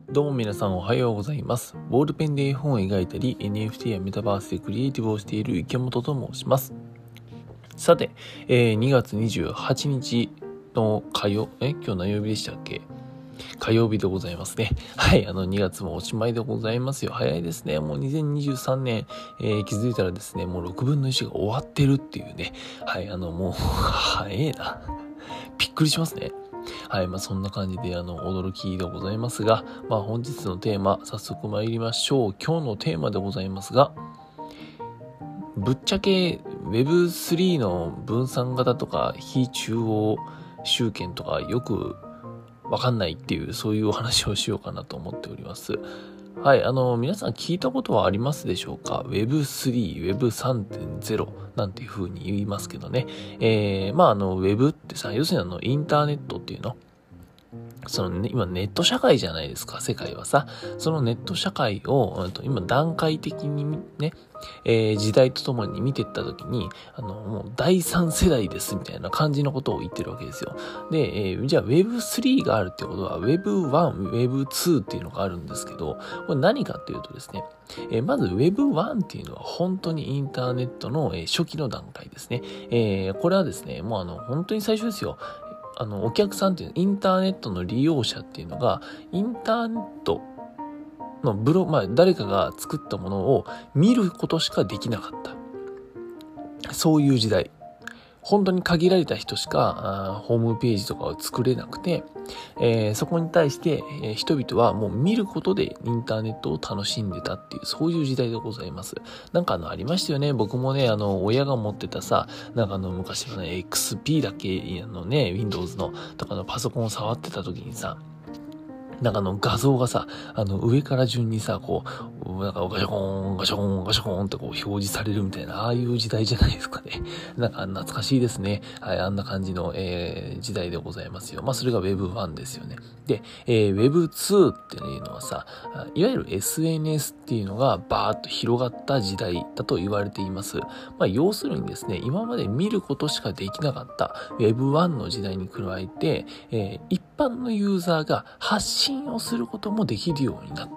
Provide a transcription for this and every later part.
どうも皆さんおはようございます。ボールペンで絵本を描いたり NFT やメタバースでクリエイティブをしている池本と申します。さて、2月28日の今日何曜日でしたっけ？火曜日でございますね。はい、2月もおしまいでございますよ。早いですね。もう2023年、気づいたらですね、もう6分の1が終わってるっていうね。はい、もう、早いな。びっくりしますね。はい、そんな感じで驚きでございますが、本日のテーマ、早速参りましょう。今日のテーマでございますが、ぶっちゃけ Web3 の分散型とか非中央集権とかよくわかんないっていう、そういうお話をしようかなと思っております。はい、皆さん聞いたことはありますでしょうか？ Web3、Web3.0 なんていう風に言いますけどね。Web ってさ、要するにインターネットっていうの。今ネット社会じゃないですか、世界はさ。そのネット社会を、今段階的にね、時代とともに見ていったときに、もう第3世代ですみたいな感じのことを言ってるわけですよ。で、じゃあ Web3 があるってことは Web1、Web2 っていうのがあるんですけど、これ何かっていうとですね、まず Web1 っていうのは本当にインターネットの初期の段階ですね。これはですね、もう本当に最初ですよ。お客さんっていうインターネットの利用者っていうのが、インターネットの誰かが作ったものを見ることしかできなかった。そういう時代。本当に限られた人しかホームページとかを作れなくて、そこに対して、人々はもう見ることでインターネットを楽しんでたっていう、そういう時代でございます。なんかありましたよね。僕もね、親が持ってたさ、昔のね、XP だけ、Windows のとかのパソコンを触ってた時にさ、画像がさ、上から順にさ、こう、ガシャコーン、ガシャコーン、ガシャコーンってこう表示されるみたいな、ああいう時代じゃないですかね。懐かしいですね。はい、あんな感じの、時代でございますよ。それが Web1 ですよね。で、Web2 っていうのはさ、いわゆる SNS っていうのがバーッと広がった時代だと言われています。要するにですね、今まで見ることしかできなかった Web1 の時代に加えて、一般のユーザーが発信をすることもできるようになった。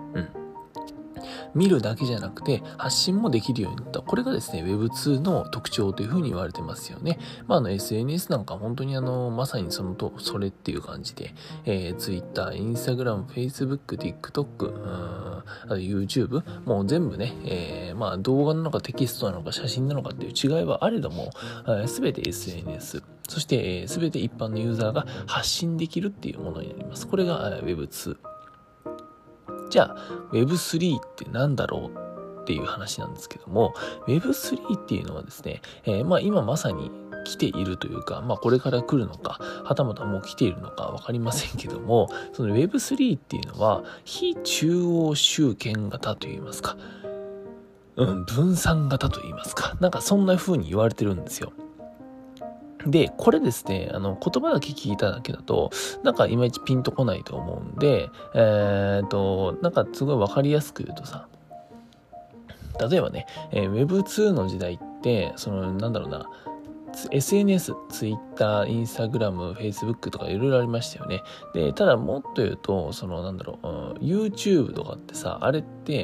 見るだけじゃなくて発信もできるようになった。これがですね Web2 の特徴というふうに言われてますよね。SNS なんか本当にまさにそれっていう感じで、Twitter、Instagram、Facebook、TikTok、YouTube もう全部ね、動画なのかテキストなのか写真なのかっていう違いはあれども、すべて SNS、そしてすべて一般のユーザーが発信できるっていうものになります。これが Web2。じゃあ Web3 って何だろうっていう話なんですけども、Web3 っていうのはですね、今まさに来ているというか、これから来るのか、はたまたもう来ているのかわかりませんけども、その Web3 っていうのは非中央集権型といいますか、分散型といいますか、そんな風に言われてるんですよ。で、これですね、言葉だけ聞いただけだと、いまいちピンとこないと思うんで、すごいわかりやすく言うとさ、例えばね、Web2 の時代って、SNS、Twitter、Instagram、Facebook とかいろいろありましたよね。で、ただもっと言うと、YouTube とかってさ、あれって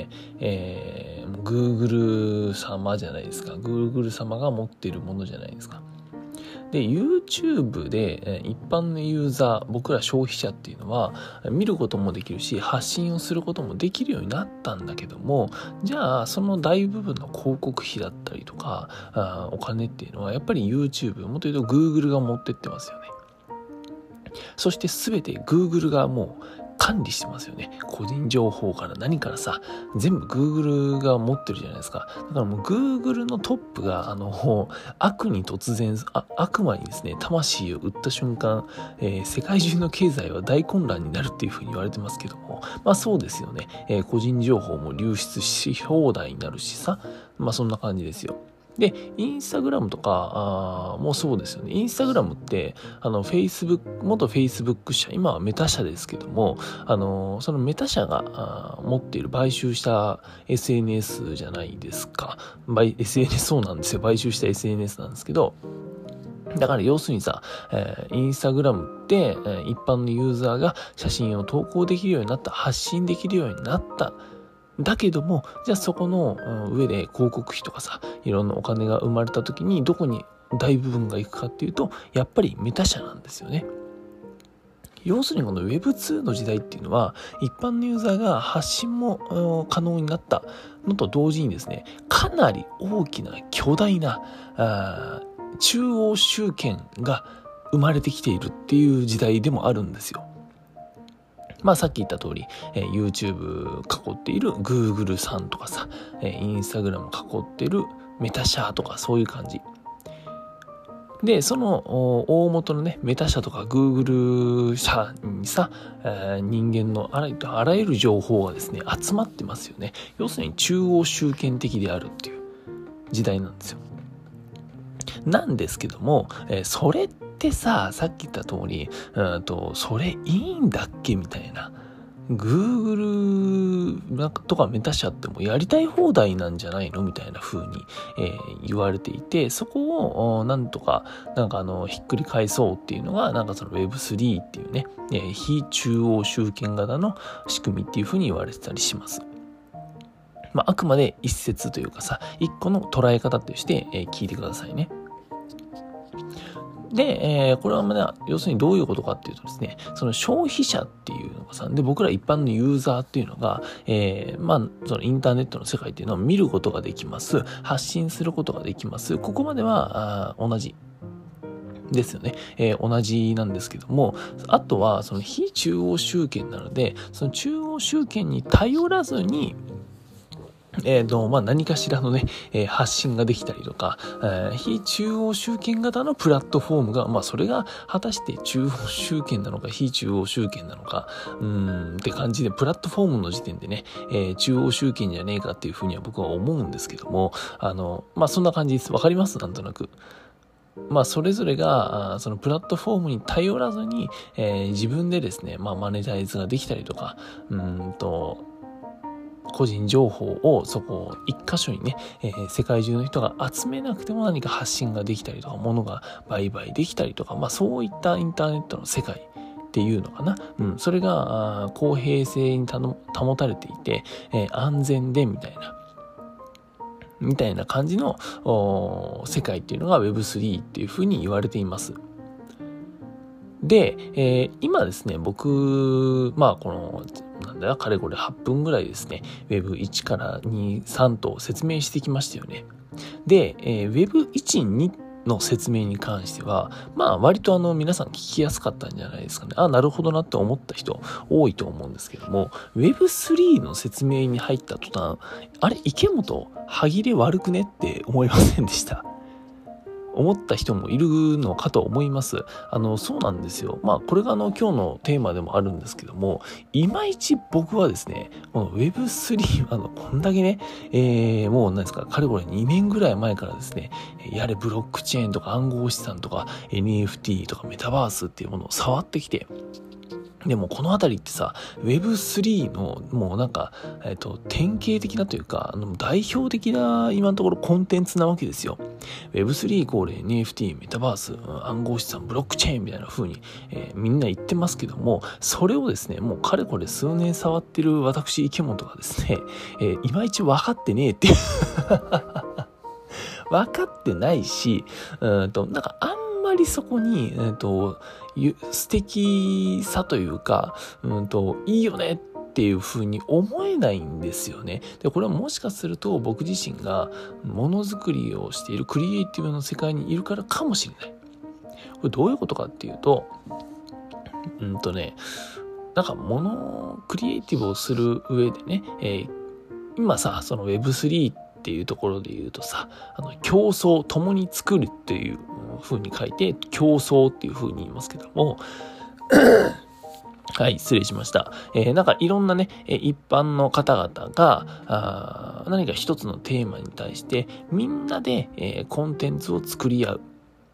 、Google 様じゃないですか。Google 様が持っているものじゃないですか。で、YouTube で一般のユーザー、僕ら消費者っていうのは見ることもできるし、発信をすることもできるようになったんだけども、じゃあその大部分の広告費だったりとか、お金っていうのはやっぱり YouTube、もっと言うと Google が持ってってますよね。そして全て Google がもう管理してますよね。個人情報から何からさ、全部 Google が持ってるじゃないですか。だからもう Google のトップが悪魔にですね、魂を売った瞬間、世界中の経済は大混乱になるっていうふうに言われてますけども、そうですよね。個人情報も流出し放題になるしさ、そんな感じですよ。で、インスタグラムとかもそうですよね。インスタグラムって元フェイスブック社、今はメタ社ですけども、そのメタ社が持っている買収した SNS じゃないですか。SNS そうなんですよ。買収した SNS なんですけど、 だから要するにさ、インスタグラムって、一般のユーザーが写真を投稿できるようになった、発信できるようになった。だけども、じゃあそこの上で広告費とかさ、いろんなお金が生まれた時にどこに大部分が行くかっていうと、やっぱりメタ社なんですよね。要するにこの Web2 の時代っていうのは、一般のユーザーが発信も可能になったのと同時にですね、かなり大きな巨大な中央集権が生まれてきているっていう時代でもあるんですよ。まあさっき言った通り、YouTube 囲っている Google さんとかさ、Instagram 囲っているメタ社とかそういう感じ。で、その大元のね、メタ社とか Google 社にさ、人間のあらゆる情報がですね、集まってますよね。要するに中央集権的であるっていう時代なんですよ。なんですけども、それってさっき言った通り、それいいんだっけみたいな。Google とかメタ社ってもうやりたい放題なんじゃないのみたいな風に、言われていて、そこをなんとかひっくり返そうっていうのがその Web3 っていうね、非中央集権型の仕組みっていう風に言われてたりします。まあ、あくまで一説というかさ、一個の捉え方として、聞いてくださいね。で、これは要するにどういうことかっていうとですね、その消費者っていうのがさ、で、僕ら一般のユーザーっていうのが、そのインターネットの世界っていうのを見ることができます。発信することができます。ここまでは同じ。ですよね、同じなんですけども、あとはその非中央集権なので、その中央集権に頼らずに何かしらのね、発信ができたりとか、非中央集権型のプラットフォームが、それが果たして中央集権なのか非中央集権なのか、って感じで、プラットフォームの時点でね、中央集権じゃねえかっていうふうには僕は思うんですけども、そんな感じです。わかります？なんとなく。それぞれが、そのプラットフォームに頼らずに、自分でですね、マネタイズができたりとか、個人情報をそこを一箇所にね、世界中の人が集めなくても何か発信ができたりとか、物が売買できたりとか、そういったインターネットの世界っていうのかな。それが公平性に保たれていて、安全でみたいな感じの世界っていうのが Web3 っていうふうに言われています。で、今ですね、僕、かれこれ8分ぐらいですね、Web1 から2、3と説明してきましたよね。で、Web1、2の説明に関しては、割と皆さん聞きやすかったんじゃないですかね。なるほどなって思った人多いと思うんですけども、Web3 の説明に入った途端、池本、歯切れ悪くねって思いませんでした？思った人もいるのかと思います。そうなんですよ。これが今日のテーマでもあるんですけども、いまいち僕はですね、この Web3、こんだけね、もう何ですか、かれこれ2年ぐらい前からですね、やれブロックチェーンとか暗号資産とか NFT とかメタバースっていうものを触ってきて、でもこのあたりってさ、Web3 のもう典型的なというか、代表的な今のところコンテンツなわけですよ。Web3 イコール NFT、メタバース、暗号資産、ブロックチェーンみたいな風に、みんな言ってますけども、それをですね、もうかれこれ数年触ってる私池本がですね、いまいち分かってねえっていう分かってないし、あんまりそこに、素敵さというか、いいよねっていう風に思えないんですよね。で、これはもしかすると僕自身がものづくりをしているクリエイティブの世界にいるからかもしれない。これどういうことかっていうと、クリエイティブをする上でね、今さ、その Web3 っていうところで言うとさ、競争、共に作るっていう風に書いて、競争っていう風に言いますけども、はい、失礼しました。いろんなね、一般の方々が、何か一つのテーマに対して、みんなで、コンテンツを作り合う。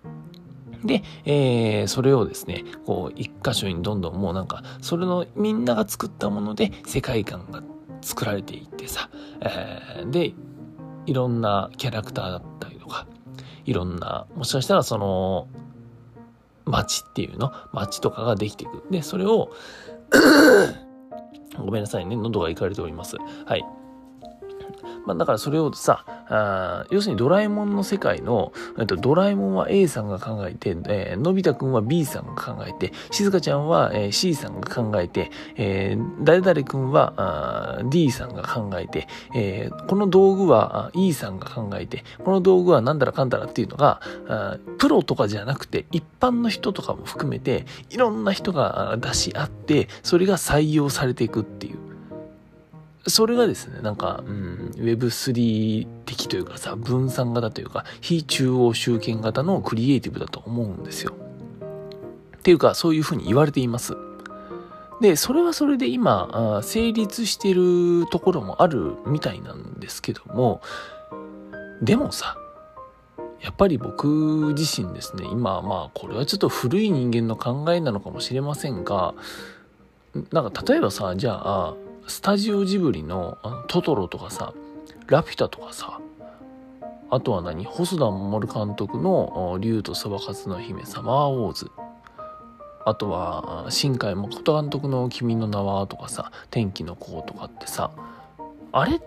で、それをですね、一箇所にどんどんもうそれのみんなが作ったもので世界観が作られていってさ、で、いろんなキャラクターだったりとか、いろんな、もしかしたらその街っていうの、街とかができていく。で、それをごめんなさいね、喉がいかれております。はい。だからそれをさ、要するにドラえもんの世界の、ドラえもんは A さんが考えて、のび太くんは B さんが考えて、しずかちゃんは、C さんが考えて、誰々くんはD さんが考えて、この道具は E さんが考えて、この道具はなんだらかんだらっていうのが、プロとかじゃなくて一般の人とかも含めていろんな人が出し合って、それが採用されていくっていう。それがですね、Web3 的というかさ、分散型というか、非中央集権型のクリエイティブだと思うんですよ。っていうか、そういうふうに言われています。で、それはそれで今、成立しているところもあるみたいなんですけども、でもさ、やっぱり僕自身ですね、今、これはちょっと古い人間の考えなのかもしれませんが、なんか例えばさ、じゃあ、スタジオジブリのトトロとかさ、ラピュタとかさ、あとは細田守監督の竜とそばかすの姫サマーウォーズ、あとは新海誠監督の君の名はとかさ、天気の子とかってさ、あれって、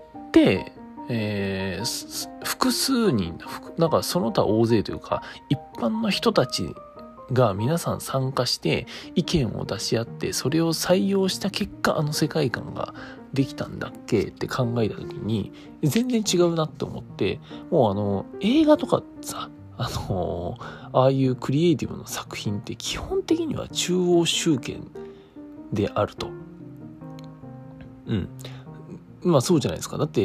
複数人、なんかその他大勢というか、一般の人たちが皆さん参加して意見を出し合って、それを採用した結果、あの世界観ができたんだっけって考えた時に全然違うなって思って、もう映画とかさ、ああいうクリエイティブの作品って基本的には中央集権であると。そうじゃないですか。だって、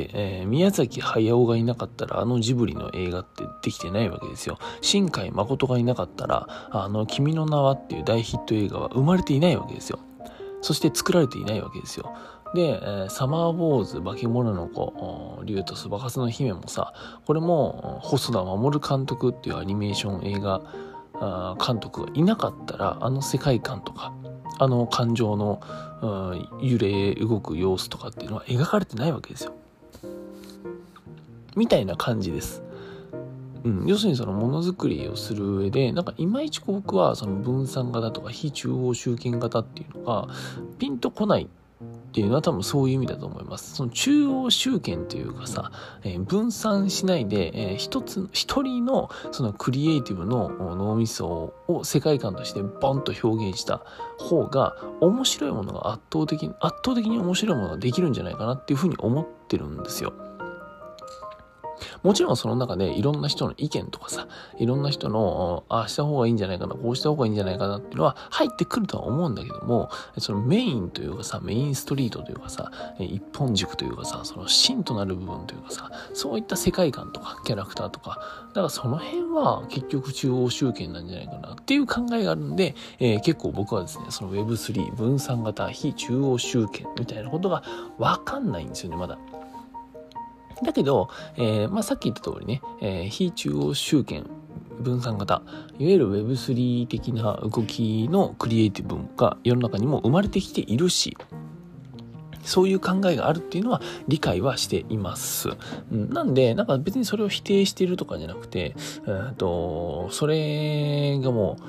宮崎駿がいなかったらジブリの映画ってできてないわけですよ。新海誠がいなかったら君の名はっていう大ヒット映画は生まれていないわけですよ。そして作られていないわけですよ。で、サマーウォーズ、化け物の子、竜とそばかすの姫もさ、これも細田守監督っていうアニメーション映画監督がいなかったら、世界観とか感情の、揺れ動く様子とかっていうのは描かれてないわけですよ。みたいな感じです。要するにそのものづくりをする上で、いまいち僕はその分散型とか非中央集権型っていうのがピンとこないっていうのは多分そういう意味だと思います。その中央集権というかさ、分散しないで、一人のそのクリエイティブの脳みそを世界観としてボンと表現した方が面白いものが圧倒的に面白いものができるんじゃないかなっていうふうに思ってるんですよ。もちろんその中でいろんな人の意見とかさ、いろんな人のした方がいいんじゃないかな、こうした方がいいんじゃないかなっていうのは入ってくるとは思うんだけども、そのメインというかさ、メインストリートというかさ、一本軸というかさ、その芯となる部分というかさ、そういった世界観とかキャラクターとか、だからその辺は結局中央集権なんじゃないかなっていう考えがあるんで、結構僕はですね、その Web3 分散型非中央集権みたいなことがわかんないんですよね、まだ。だけど、さっき言った通りね、非中央集権分散型、いわゆる Web3 的な動きのクリエイティブが世の中にも生まれてきているし、そういう考えがあるっていうのは理解はしています。なんで、別にそれを否定しているとかじゃなくて、それがも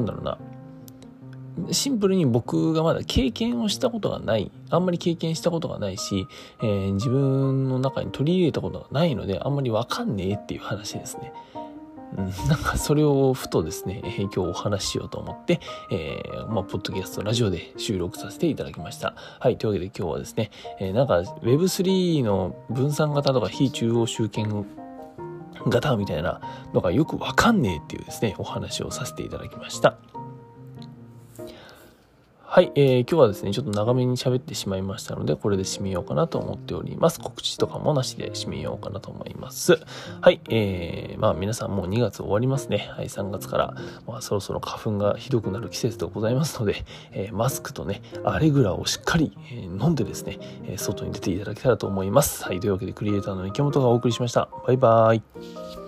う、シンプルに僕がまだ経験をしたことがない、あんまり経験したことがないし、自分の中に取り入れたことがないので、あんまりわかんねえっていう話ですね。それをふとですね、今日お話ししようと思って、ポッドキャストラジオで収録させていただきました。はい、というわけで今日はですね、Web3 の分散型とか非中央集権型みたいなのがよくわかんねえっていうですね、お話をさせていただきました。はい、今日はですね、ちょっと長めに喋ってしまいましたので、これで締めようかなと思っております。告知とかもなしで締めようかなと思います。はい、皆さんもう2月終わりますね。はい、3月から、そろそろ花粉がひどくなる季節でございますので、マスクとね、アレグラをしっかり、飲んでですね、外に出ていただけたらと思います。はい、というわけでクリエイターの池本がお送りしました。バイバーイ。